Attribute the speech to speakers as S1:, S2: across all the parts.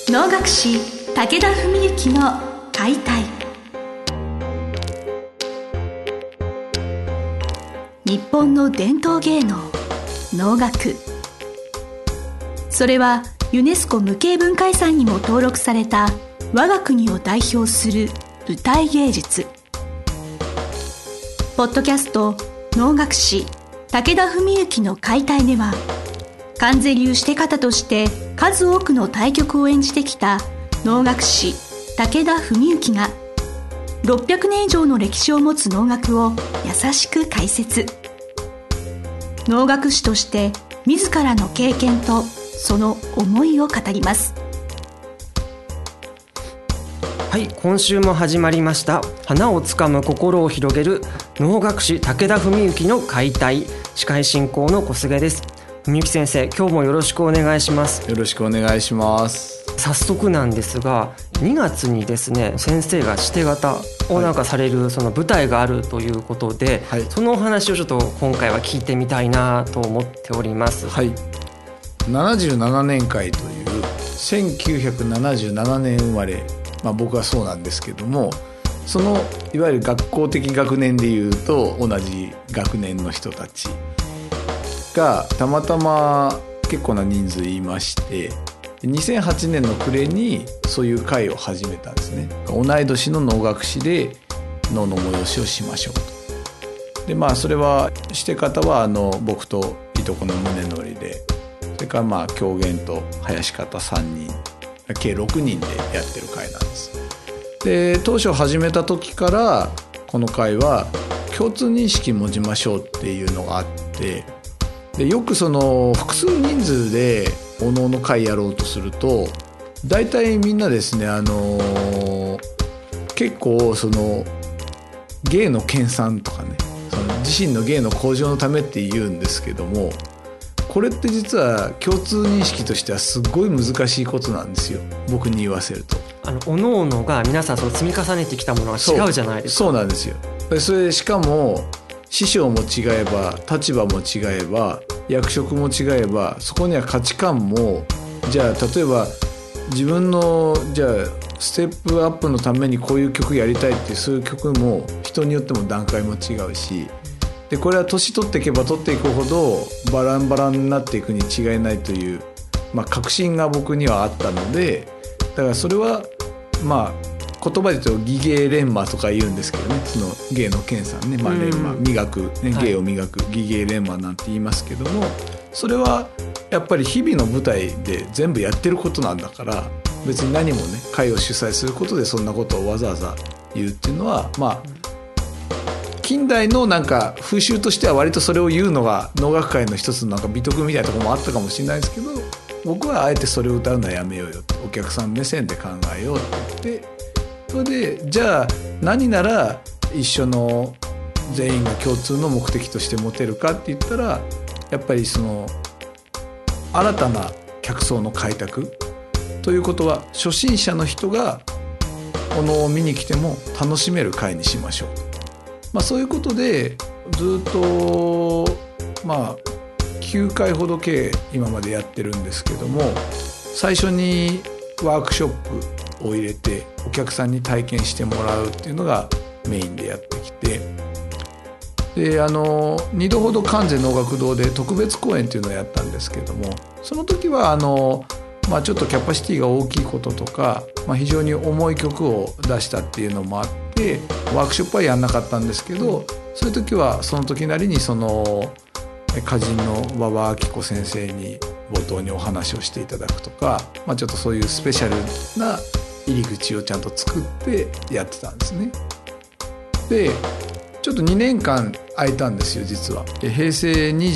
S1: 能楽師武田文幸の解体。日本の伝統芸能能楽、それはユネスコ無形文化遺産にも登録された我が国を代表する舞台芸術。ポッドキャスト能楽師武田文幸の解体では、観世流して方として数多くの大曲を演じてきた能楽師武田文幸が600年以上の歴史を持つ能楽を優しく解説。能楽師として自らの経験とその思いを語ります。
S2: はい、今週も始まりました。花をつかむ心を広げる能楽師武田文幸の解体。司会進行の小菅です。文幸先生、今日もよろしくお願いします。
S3: よろしくお願いします。
S2: 早速なんですが、2月にですね、先生がシテ型をなんかされるその舞台があるということで、はい、そのお話をちょっと今回は聞いてみたいなと思っております。
S3: はい、77年会という1977年生まれ、僕はそうなんですけども、そのいわゆる学校的学年でいうと同じ学年の人たちがたまたま結構な人数いまして、2008年の暮れにそういう会を始めたんですね。同い年の能楽師で能の催しをしましょうと。でそれはして方は僕といとこの宗則で、それから狂言と林方3人計6人でやってる会なんです。で当初始めた時からこの会は共通認識持ちましょうっていうのがあって、でよくその複数人数でおのおの会やろうとすると、大体みんなですね、結構その芸の研鑽とかね、その自身の芸の向上のためって言うんですけども、これって実は共通認識としてはすごい難しいことなんですよ、僕に言わせると。
S2: おのおのが皆さんその積み重ねてきたものが違うじゃないですか。
S3: そうなんですよ。それでしかも師匠も違えば立場も違えば役職も違えば、そこには価値観も、じゃあ例えば自分のじゃあステップアップのためにこういう曲やりたいっていう、そういう曲も人によっても段階も違うし、でこれは年取っていけば取っていくほどバランバランになっていくに違いないという、確信が僕にはあったので、だからそれは言葉で言うと技芸練磨とか言うんですけどね、その芸の研鑽ね、練磨磨く、芸を磨く、技芸練磨なんて言いますけども、それはやっぱり日々の舞台で全部やってることなんだから、別に何もね会を主催することでそんなことをわざわざ言うっていうのは、近代のなんか風習としては割とそれを言うのが能楽界の一つのなんか美徳みたいなところもあったかもしれないですけど、僕はあえてそれを歌うのはやめようよって、お客さん目線で考えようって言って、それでじゃあ何なら一緒の全員が共通の目的として持てるかって言ったら、やっぱりその新たな客層の開拓ということは、初心者の人がお能を見に来ても楽しめる会にしましょう。そういうことでずっと9回ほど計今までやってるんですけども、最初にワークショップを入れてお客さんに体験してもらうっていうのがメインでやってきて、で2度ほど関西能楽堂で特別公演っていうのをやったんですけども、その時はちょっとキャパシティが大きいこととか、非常に重い曲を出したっていうのもあってワークショップはやんなかったんですけど、そういう時はその時なりにその歌人の馬場明子先生に冒頭にお話をしていただくとか、ちょっとそういうスペシャルな入り口をちゃんと作ってやってたんですね。でちょっと2年間空いたんですよ、実は。平成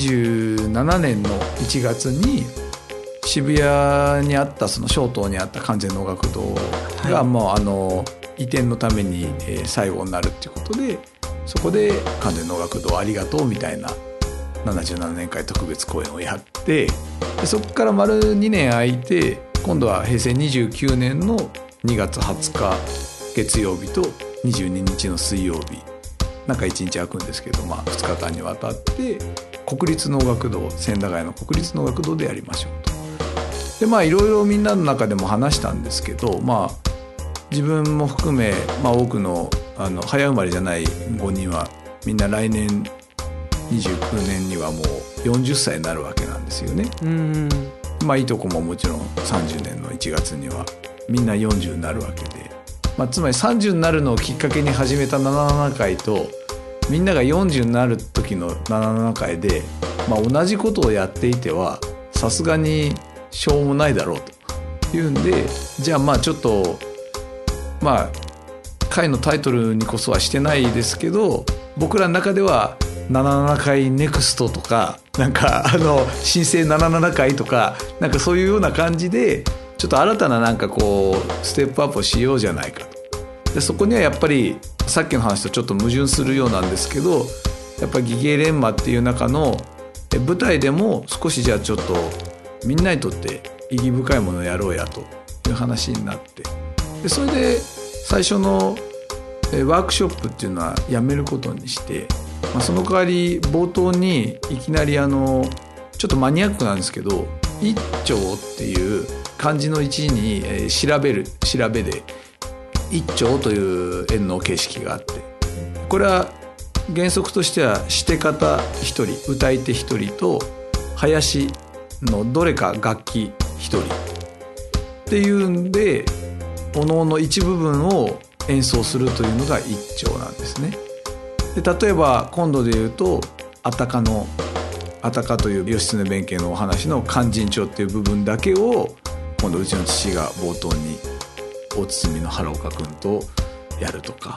S3: 27年の1月に渋谷にあったその松濤にあった関西能楽堂が、移転のために最後になるっていうことで、そこで関西能楽堂ありがとうみたいな77年会特別公演をやって、でそこから丸2年空いて、今度は平成29年の2月20日月曜日と22日の水曜日、中1日空くんですけど、2日間にわたって国立能楽堂、千駄ヶ谷の国立能楽堂でやりましょうと。 でいろいろみんなの中でも話したんですけど、自分も含め、多くの早生まれじゃない5人はみんな来年29年にはもう40歳になるわけなんですよね。いいとこももちろん30年の1月にはみんな40になるわけで、つまり30になるのをきっかけに始めた77回とみんなが40になる時の77回で、同じことをやっていてはさすがにしょうもないだろうというんで、じゃあちょっと回のタイトルにこそはしてないですけど、僕らの中では77回ネクストとか新生77回とかそういうような感じでちょっと新たなステップアップをしようじゃないかと。でそこにはやっぱりさっきの話とちょっと矛盾するようなんですけど、やっぱり技芸連盟っていう中の舞台でも少しじゃあちょっとみんなにとって意義深いものをやろうやという話になって、でそれで最初のワークショップっていうのはやめることにして、その代わり冒頭にいきなりちょっとマニアックなんですけど、一丁っていう漢字の一に調べで一丁という演能形式があって、これは原則としてはして方一人、歌い手一人と囃子のどれか楽器一人っていうんでおのおの一部分を演奏するというのが一丁なんですね。で例えば今度で言うとあたかという義経弁慶のお話の勧進帳っていう部分だけを今度うちの父が冒頭に大堤の原岡君とやるとか、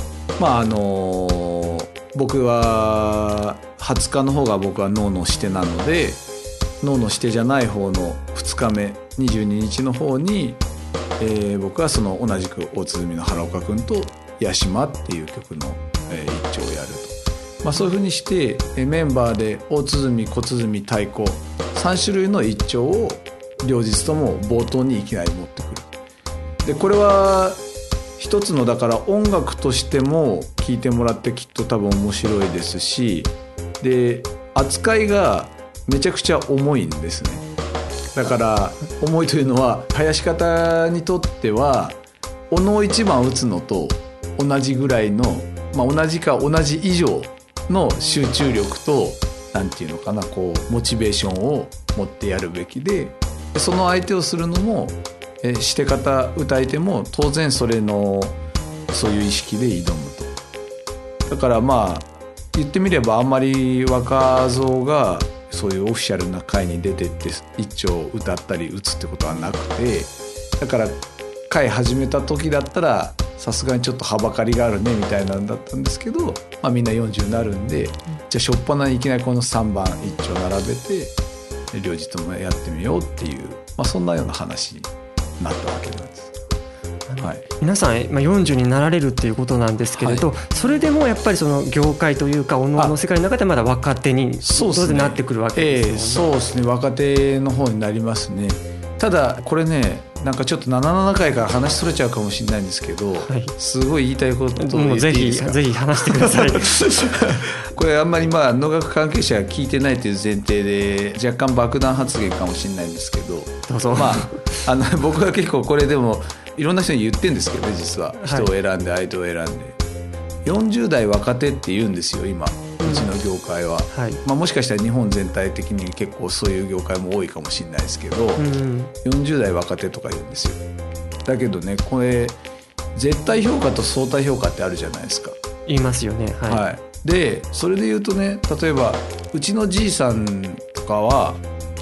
S3: 僕は20日の方が僕は能のしてなので、能のしてじゃない方の2日目22日の方に、僕はその同じく大堤の原岡君と八島っていう曲の、一丁をやると、そういうふうにしてメンバーで大鼓、小鼓、太鼓3種類の一丁を両日とも冒頭にいきなり持ってくる。でこれは一つのだから音楽としても聴いてもらってきっと多分面白いですし、で扱いがめちゃくちゃ重いんですね。だから重いというのは囃子方にとってはお能一番打つのと同じぐらいの、同じか同じ以上の集中力となんていうのかな、モチベーションを持ってやるべきで、その相手をするのもして方歌い手も当然そういう意識で挑むと。だから言ってみればあんまり若造がそういうオフィシャルな会に出てって一丁歌ったり打つってことはなくて、だから会始めた時だったらさすがにちょっとはばかりがあるねみたいなんだったんですけど、みんな40になるんで、じゃあ初っ端にいきなりこの3番一丁並べて両日ともやってみようっていう、そんなような話になったわけなんです。
S2: 皆さん、40になられるっていうことなんですけれど、それでもやっぱりその業界というかお能の世界の中でまだ若手になってくるわけですよね。そうですね、若手の方になりますね。ただこれね、ちょっと77回から話それちゃうかもしれないんですけど、すごい言いたいことを言っていいですか？ぜひ話してくださいこれあんまり能楽関係者が聞いてないという前提で若干爆弾発言かもしれないんですけど、 どうぞ。
S3: 僕は結構これでもいろんな人に言ってるんですけどね、実は人を選んで相手を選んで、40代若手って言うんですよ今、うちの業界は、もしかしたら日本全体的に結構そういう業界も多いかもしれないですけど、40代若手とか言うんですよ。だけどね、これ絶対評価と相対評価ってあるじゃないですか。
S2: 言いますよね。
S3: でそれで言うとね、例えばうちのじいさんとかは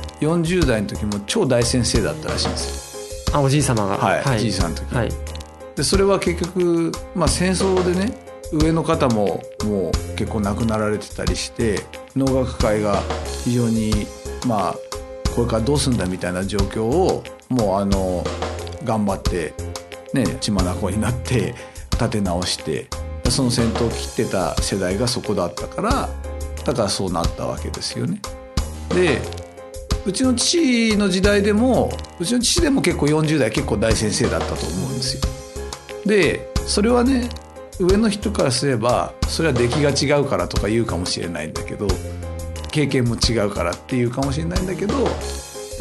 S3: 40代の時も超大先生だったらしいんですよ。
S2: おじい様が。
S3: じいさんの時、でそれは結局、戦争でね上の方ももう結構亡くなられてたりして、能楽界が非常にこれからどうすんだみたいな状況をもう頑張ってね血眼になって立て直して、その先頭を切ってた世代がそこだったから、だからそうなったわけですよね。でうちの父の時代でも結構40代結構大先生だったと思うんですよ。でそれはね上の人からすればそれは出来が違うからとか言うかもしれないんだけど、経験も違うからっていうかもしれないんだけど、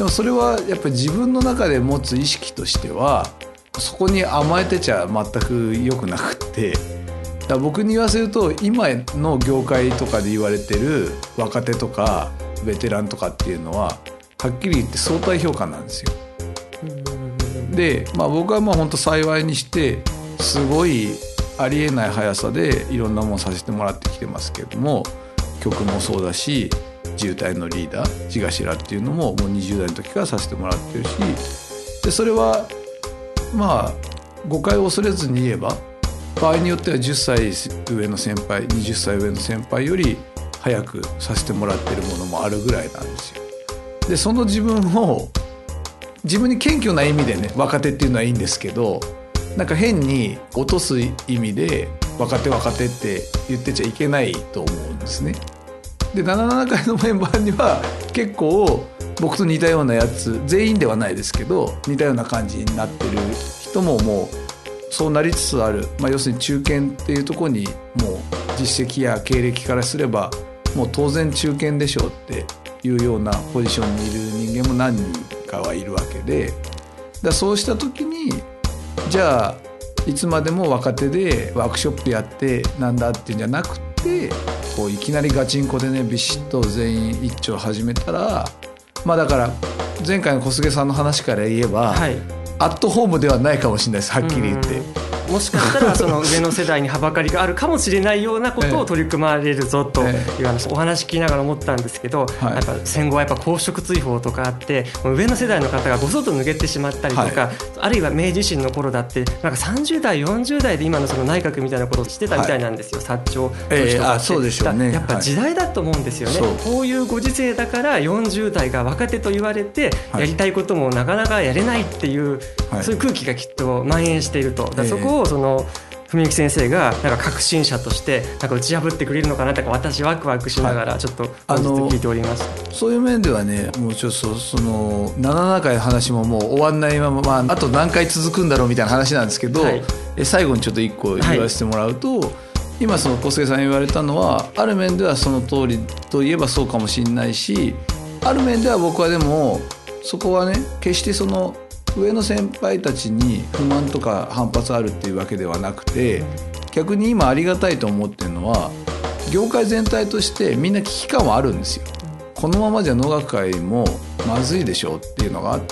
S3: でもそれはやっぱり自分の中で持つ意識としてはそこに甘えてちゃ全く良くなくって、だから僕に言わせると今の業界とかで言われてる若手とかベテランとかっていうのははっきり言って相対評価なんですよ。で、僕は本当幸いにしてすごいありえない速さでいろんなものさせてもらってきてますけれども、曲もそうだし自衛隊のリーダー地頭っていうのももう20代の時からさせてもらってるし、でそれは誤解を恐れずに言えば場合によっては10歳上の先輩20歳上の先輩より早くさせてもらってるものもあるぐらいなんですよ。でその自分を自分に謙虚な意味でね若手っていうのはいいんですけど、なんか変に落とす意味で若手若手って言ってちゃいけないと思うんですね。で77回のメンバーには結構僕と似たようなやつ全員ではないですけど似たような感じになってる人ももうそうなりつつある、要するに中堅っていうところにもう実績や経歴からすればもう当然中堅でしょうっていうようなポジションにいる人間も何人かはいるわけで、そうした時にじゃあいつまでも若手でワークショップやってなんだっていうんじゃなくてこういきなりガチンコでねビシッと全員一丁始めたら、だから前回の小菅さんの話から言えば、アットホームではないかもしれないです、はっきり言って。
S2: もしかしたらその上の世代にはばかりがあるかもしれないようなことを取り組まれるぞという話、お話聞きながら思ったんですけど、やっぱ戦後はやっぱ公職追放とかあって上の世代の方がごそっと抜けてしまったりとか、あるいは明治維新の頃だってなんか30代40代で今のその内閣みたいなことをしてたみたいなんですよ、薩長とかって。
S3: そうでしょうね。
S2: やっぱ時代だと思うんですよね。こういうご時世だから40代が若手と言われてやりたいこともなかなかやれないっていう、そういう空気がきっと蔓延していると。だそこをその文幸先生がなんか革新者としてなんか打ち破ってくれるのかなって私ワクワクしながらちょっと本日聞いておりました。
S3: そういう面ではね、もうちょっとその77回の話ももう終わんないまま、あと何回続くんだろうみたいな話なんですけど、最後にちょっと1個言わせてもらうと、今その小菅さん言われたのはある面ではその通りといえばそうかもしれないし、ある面では僕はでもそこはね決してその上の先輩たちに不満とか反発あるっていうわけではなくて、逆に今ありがたいと思ってるのは業界全体としてみんな危機感はあるんですよ。このままじゃ能楽界もまずいでしょうっていうのがあって、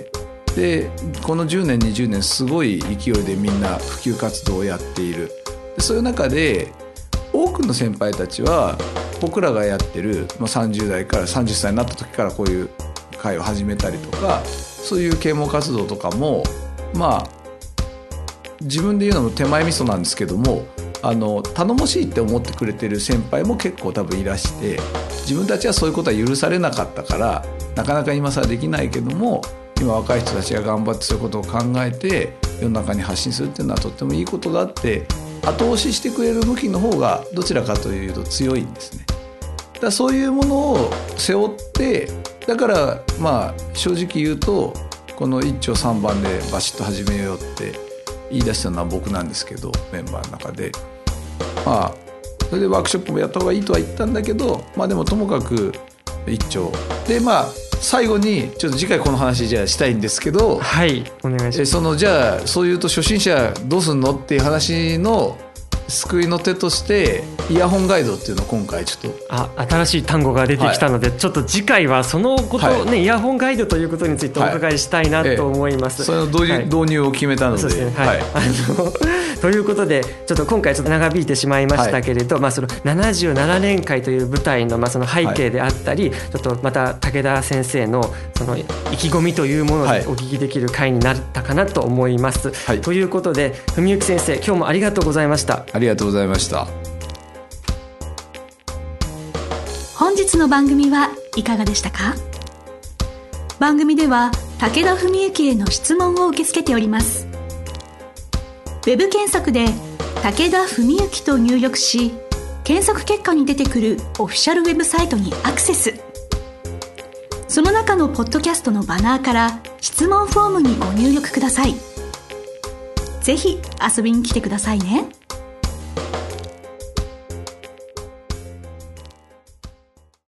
S3: でこの10年20年すごい勢いでみんな普及活動をやっている。そういう中で多くの先輩たちは僕らがやってる30代から30歳になった時からこういう会を始めたりとか、そういう啓蒙活動とかも自分で言うのも手前味噌なんですけども、頼もしいって思ってくれてる先輩も結構多分いらして、自分たちはそういうことは許されなかったからなかなか今更できないけども、今若い人たちが頑張ってそういうことを考えて世の中に発信するっていうのはとってもいいことだって後押ししてくれる向きの方がどちらかというと強いんですね。だからそういうものを背負って、だから正直言うとこの一丁3番でバシッと始めようって言い出したのは僕なんですけど、メンバーの中でそれでワークショップもやった方がいいとは言ったんだけど、でもともかく一丁で最後にちょっと次回この話じゃあしたいんですけど、
S2: はいお願いします。
S3: じゃあそういうと初心者どうすんのっていう話の救いの手としてイヤホンガイドっていうのを今回ちょっと
S2: 新しい単語が出てきたので、ちょっと次回はそのことをね、イヤホンガイドということについてお伺いしたいなと思います。
S3: それの導入を決めたので、
S2: そうですね、ということでちょっと今回ちょっと長引いてしまいましたけれど、その77年会という舞台のその背景であったり、ちょっとまた武田先生のその意気込みというものをお聞きできる会になったかなと思います、ということで文幸先生、今日もありがとうございました。
S3: ありがとうございました。
S1: 本日の番組はいかがでしたか？番組では武田文幸への質問を受け付けております。ウェブ検索で武田文幸と入力し、検索結果に出てくるオフィシャルウェブサイトにアクセス。その中のポッドキャストのバナーから質問フォームにご入力ください。ぜひ遊びに来てくださいね。